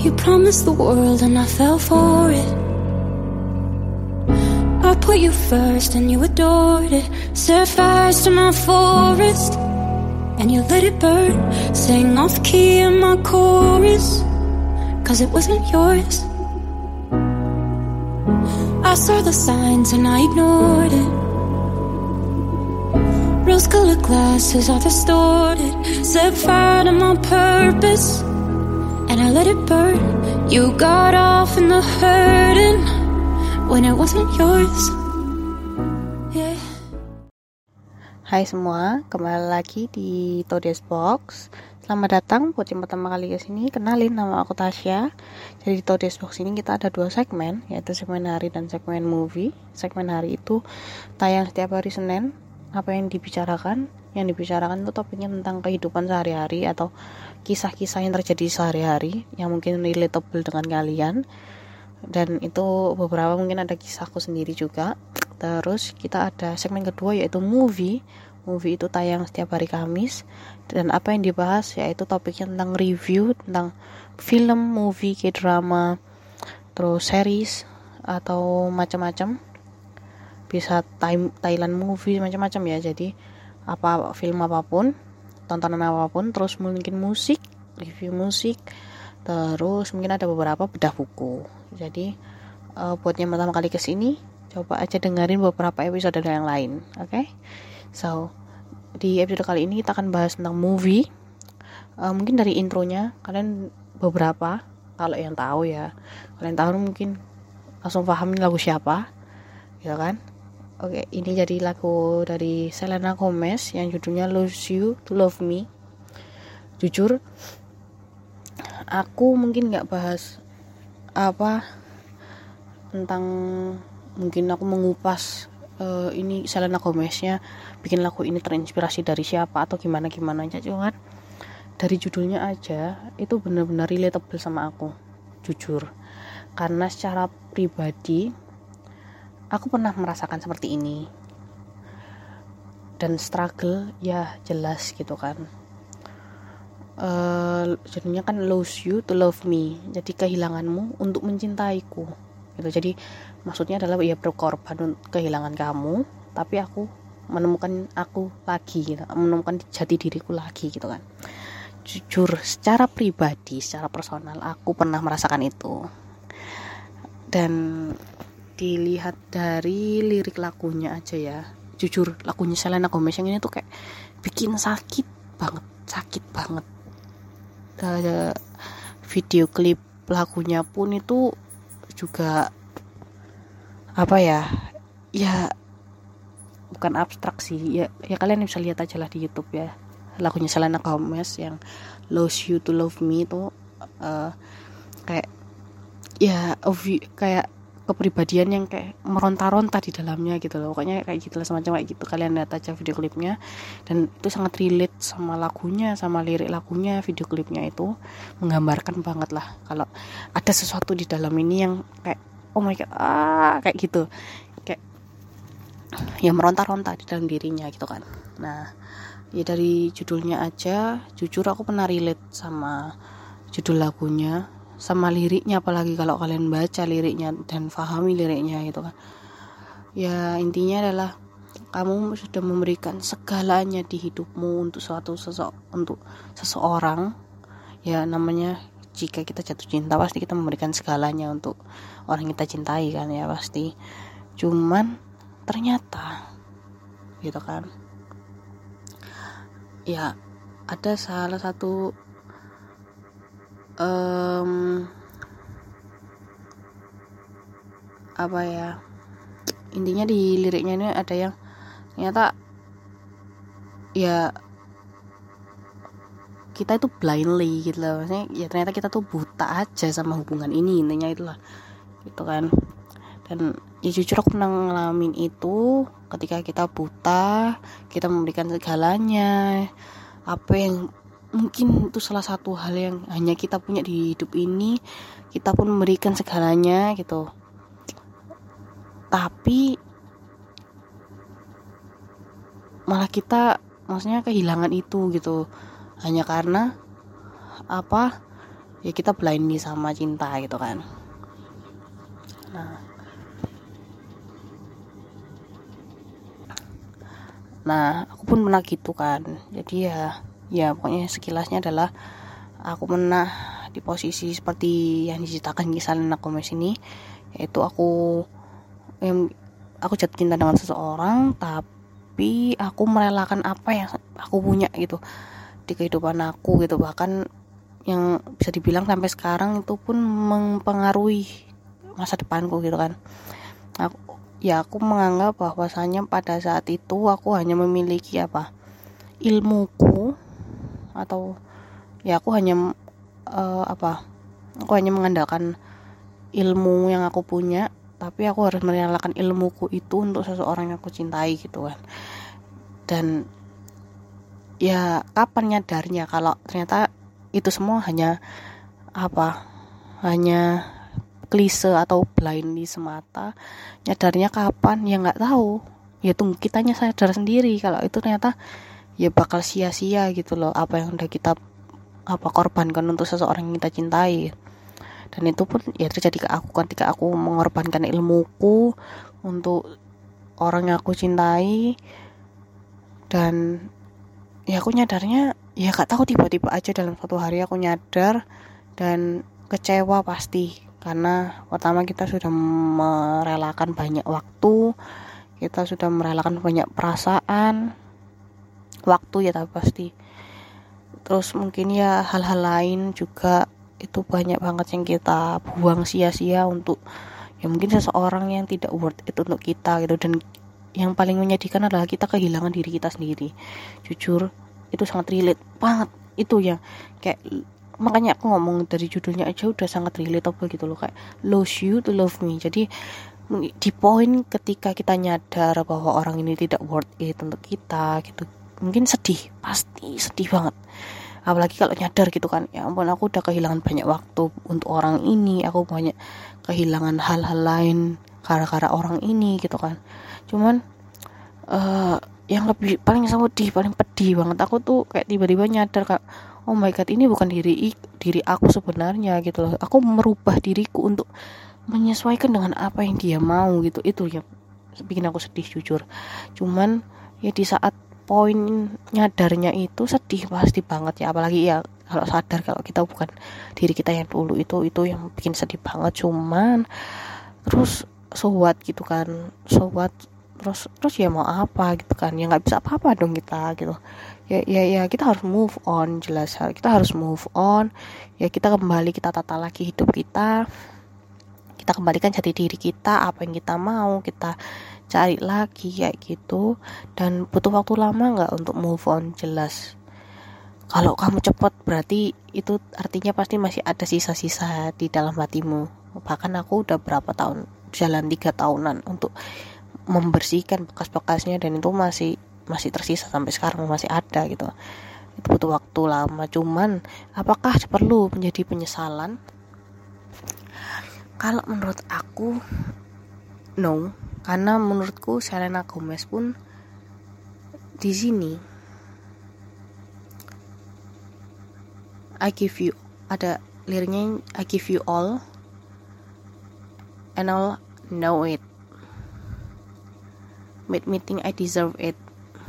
You promised the world and I fell for it. I put you first and you adored it. Set fires to my forest and you let it burn. Sang off key in my chorus, 'cause it wasn't yours. I saw the signs and I ignored it. Rose-colored glasses are distorted. Set fire to my purpose and I let it burn. You got off in the hurting when it wasn't yours. Yeah. Hai semua, kembali lagi di Todes Box. Selamat datang buat yang pertama kali ke sini. Kenalin, nama aku Tasya. Jadi di Todes Box ini kita ada 2 segmen, yaitu segmen hari dan segmen movie. Segmen hari itu tayang setiap hari Senin. Apa yang dibicarakan? Yang dibicarakan itu topiknya tentang kehidupan sehari-hari atau kisah-kisah yang terjadi sehari-hari yang mungkin relatable dengan kalian. Dan itu beberapa mungkin ada kisahku sendiri juga. Terus kita ada segmen kedua yaitu movie. Movie itu tayang setiap hari Kamis. Dan apa yang dibahas yaitu topiknya tentang review tentang film, movie, K-drama, terus series atau macam-macam. Bisa Thailand movie macam-macam ya. Jadi apa film apapun, tontonan apapun, terus mungkin musik, review musik, terus mungkin ada beberapa bedah buku. Jadi buat yang pertama kali kesini, coba aja dengerin beberapa episode yang lain, oke? So di episode kali ini kita akan bahas tentang movie. Mungkin dari intronya kalian beberapa, kalau yang tahu ya, kalian tahu mungkin langsung paham ini lagu siapa, ya kan? Oke, ini jadi lagu dari Selena Gomez yang judulnya Lose You to Love Me. Jujur, aku mungkin gak bahas apa tentang, mungkin aku mengupas ini Selena Gomeznya bikin lagu ini terinspirasi dari siapa atau gimana aja. Cuman dari judulnya aja itu benar-benar relatable sama aku, jujur. Karena secara pribadi aku pernah merasakan seperti ini dan struggle ya jelas gitu kan. Jadinya kan lose you to love me, jadi kehilanganmu untuk mencintaiku gitu. Jadi maksudnya adalah ya berkorban kehilangan kamu, tapi aku menemukan aku lagi gitu, menemukan jati diriku lagi gitu kan. Jujur secara pribadi, secara personal aku pernah merasakan itu. Dan dilihat dari lirik lagunya aja ya, jujur lagunya Selena Gomez yang ini tuh kayak bikin sakit banget. Video klip lagunya pun itu juga apa ya bukan abstrak sih ya kalian bisa lihat aja lah di YouTube ya, lagunya Selena Gomez yang Lose You to Love Me itu kayak ya kayak kepribadian yang kayak meronta-ronta di dalamnya gitu loh. Pokoknya kayak gitu lah, semacam kayak gitu. Kalian lihat aja video klipnya dan itu sangat relate sama lagunya, sama lirik lagunya. Video klipnya itu menggambarkan banget lah kalau ada sesuatu di dalam ini yang kayak oh my god, kayak gitu. Kayak ya meronta-ronta di dalam dirinya gitu kan. Nah, ya dari judulnya aja jujur aku pernah relate sama judul lagunya, sama liriknya, apalagi kalau kalian baca liriknya dan pahami liriknya gitu kan. Ya intinya adalah kamu sudah memberikan segalanya di hidupmu untuk untuk seseorang. Ya namanya jika kita jatuh cinta pasti kita memberikan segalanya untuk orang yang kita cintai kan ya pasti. Cuman ternyata gitu kan. Ya ada salah satu apa ya, intinya di liriknya ini ada yang ternyata ya kita itu blindly gitu loh, maksudnya ya ternyata kita tuh buta aja sama hubungan ini, intinya itulah gitu kan. Dan ya jujur aku pernah ngalamin itu, ketika kita buta, kita memberikan segalanya, apa yang mungkin itu salah satu hal yang hanya kita punya di hidup ini, kita pun memberikan segalanya gitu. Tapi malah kita maksudnya kehilangan itu gitu, hanya karena apa ya kita blindly sama cinta gitu kan. Nah aku pun pernah gitu kan. Jadi ya pokoknya sekilasnya adalah aku pernah di posisi seperti yang diceritakan kisah Selena Gomez ini, yaitu aku jatuh cinta dengan seseorang, tapi aku merelakan apa yang aku punya gitu di kehidupan aku gitu. Bahkan yang bisa dibilang sampai sekarang itu pun mempengaruhi masa depanku gitu kan. Aku menganggap bahwasanya pada saat itu aku hanya memiliki ilmuku, atau ya aku hanya mengandalkan ilmu yang aku punya, tapi aku harus merelakan ilmuku itu untuk seseorang yang aku cintai gitu kan. Dan ya kapan nyadarnya kalau ternyata itu semua hanya klise atau blindly semata. Nyadarnya kapan ya nggak tahu, ya tunggu kitanya sadar sendiri kalau itu ternyata ya bakal sia-sia gitu loh apa yang udah kita korbankan untuk seseorang yang kita cintai. Dan itu pun ya terjadi ke aku ketika aku mengorbankan ilmuku untuk orang yang aku cintai. Dan ya aku nyadarnya ya gak tahu, tiba-tiba aja dalam suatu hari aku nyadar dan kecewa pasti. Karena pertama kita sudah merelakan banyak waktu, kita sudah merelakan banyak perasaan, waktu ya tapi pasti. Terus mungkin ya hal-hal lain juga itu banyak banget yang kita buang sia-sia untuk ya mungkin seseorang yang tidak worth it untuk kita gitu. Dan yang paling menyedihkan adalah kita kehilangan diri kita sendiri. Jujur itu sangat relate banget itu ya, kayak makanya aku ngomong dari judulnya aja udah sangat relatable gitu loh, kayak lose you to love me. Jadi di poin ketika kita nyadar bahwa orang ini tidak worth it untuk kita gitu, mungkin sedih, pasti sedih banget. Apalagi kalau nyadar gitu kan, ya ampun aku udah kehilangan banyak waktu untuk orang ini, aku banyak kehilangan hal-hal lain gara-gara orang ini gitu kan. Cuman yang lebih paling sedih, paling pedih banget aku tuh kayak tiba-tiba nyadar kayak oh my god, ini bukan diri aku sebenarnya gitu loh. Aku merubah diriku untuk menyesuaikan dengan apa yang dia mau gitu. Itu ya bikin aku sedih jujur. Cuman ya di saat poin nyadarnya itu sedih pasti banget ya, apalagi ya kalau sadar kalau kita bukan diri kita yang dulu, itu yang bikin sedih banget. Cuman terus so what gitu kan, terus ya mau apa gitu kan, ya nggak bisa apa-apa dong kita gitu. Ya kita harus move on, jelas kita harus move on. Ya kita kembali, kita tata lagi hidup kita kembalikan jati diri kita, apa yang kita mau kita cari lagi kayak gitu. Dan butuh waktu lama nggak untuk move on, jelas. Kalau kamu cepat berarti itu artinya pasti masih ada sisa-sisa di dalam hatimu. Bahkan aku udah berapa tahun, jalan 3 tahunan untuk membersihkan bekas-bekasnya, dan itu masih tersisa sampai sekarang, masih ada gitu. Itu butuh waktu lama. Cuman apakah perlu menjadi penyesalan? Kalau menurut aku no, karena menurutku Selena Gomez pun di sini I give you, ada liriknya I give you all and I'll know it, made me think I deserve it.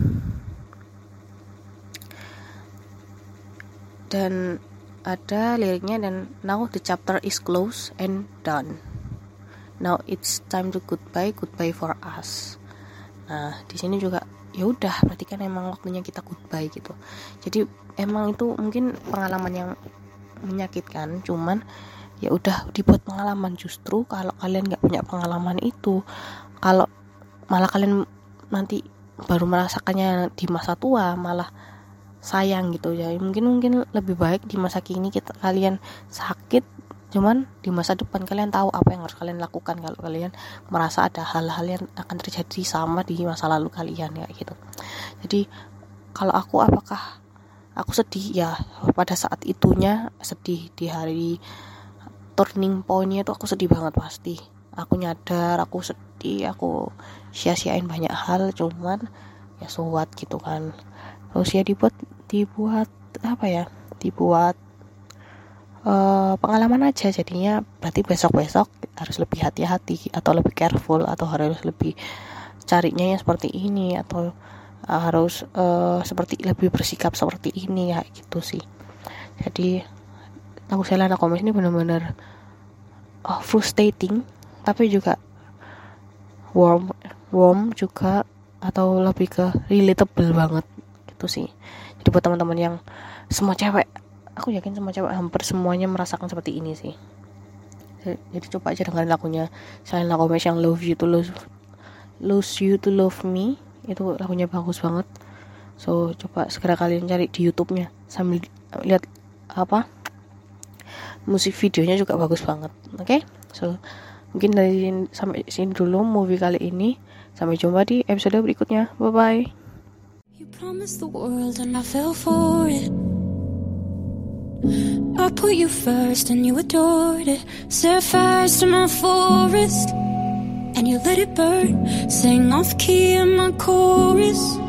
Dan ada liriknya, dan now the chapter is closed and done, now it's time to goodbye for us. Nah di sini juga ya udah, berarti kan emang waktunya kita goodbye gitu. Jadi emang itu mungkin pengalaman yang menyakitkan, cuman ya udah dibuat pengalaman. Justru kalau kalian nggak punya pengalaman itu, kalau malah kalian nanti baru merasakannya di masa tua, malah sayang gitu ya. Mungkin lebih baik di masa kini kalian sakit, cuman di masa depan kalian tahu apa yang harus kalian lakukan kalau kalian merasa ada hal-hal yang akan terjadi sama di masa lalu kalian ya gitu. Jadi kalau aku, apakah aku sedih? Ya pada saat itunya sedih, di hari turning point-nya itu aku sedih banget pasti. Aku nyadar aku sedih, aku sia-siain banyak hal, cuman ya so what gitu kan. Terus ya dibuat pengalaman aja, jadinya berarti besok-besok harus lebih hati-hati atau lebih careful atau harus lebih carinya yang seperti ini atau harus seperti lebih bersikap seperti ini ya gitu sih. Jadi lagu Selena Gomez ini benar-benar frustrating tapi juga warm juga, atau lebih ke relatable banget gitu sih. Jadi buat teman-teman yang semua cewek, aku yakin semua cewek hampir semuanya merasakan seperti ini sih. Jadi coba aja dengerin lagunya Selena Gomez yang Lose You to Love Me, itu lagunya bagus banget. So coba segera kalian cari di YouTube-nya sambil lihat musik videonya juga bagus banget. Oke? So mungkin dari sampai sini dulu movie kali ini. Sampai jumpa di episode berikutnya. Bye bye. You promised the world and I fell for it. I put you first and you adored it. Set fires to my forest and you let it burn. Sang off key in my chorus.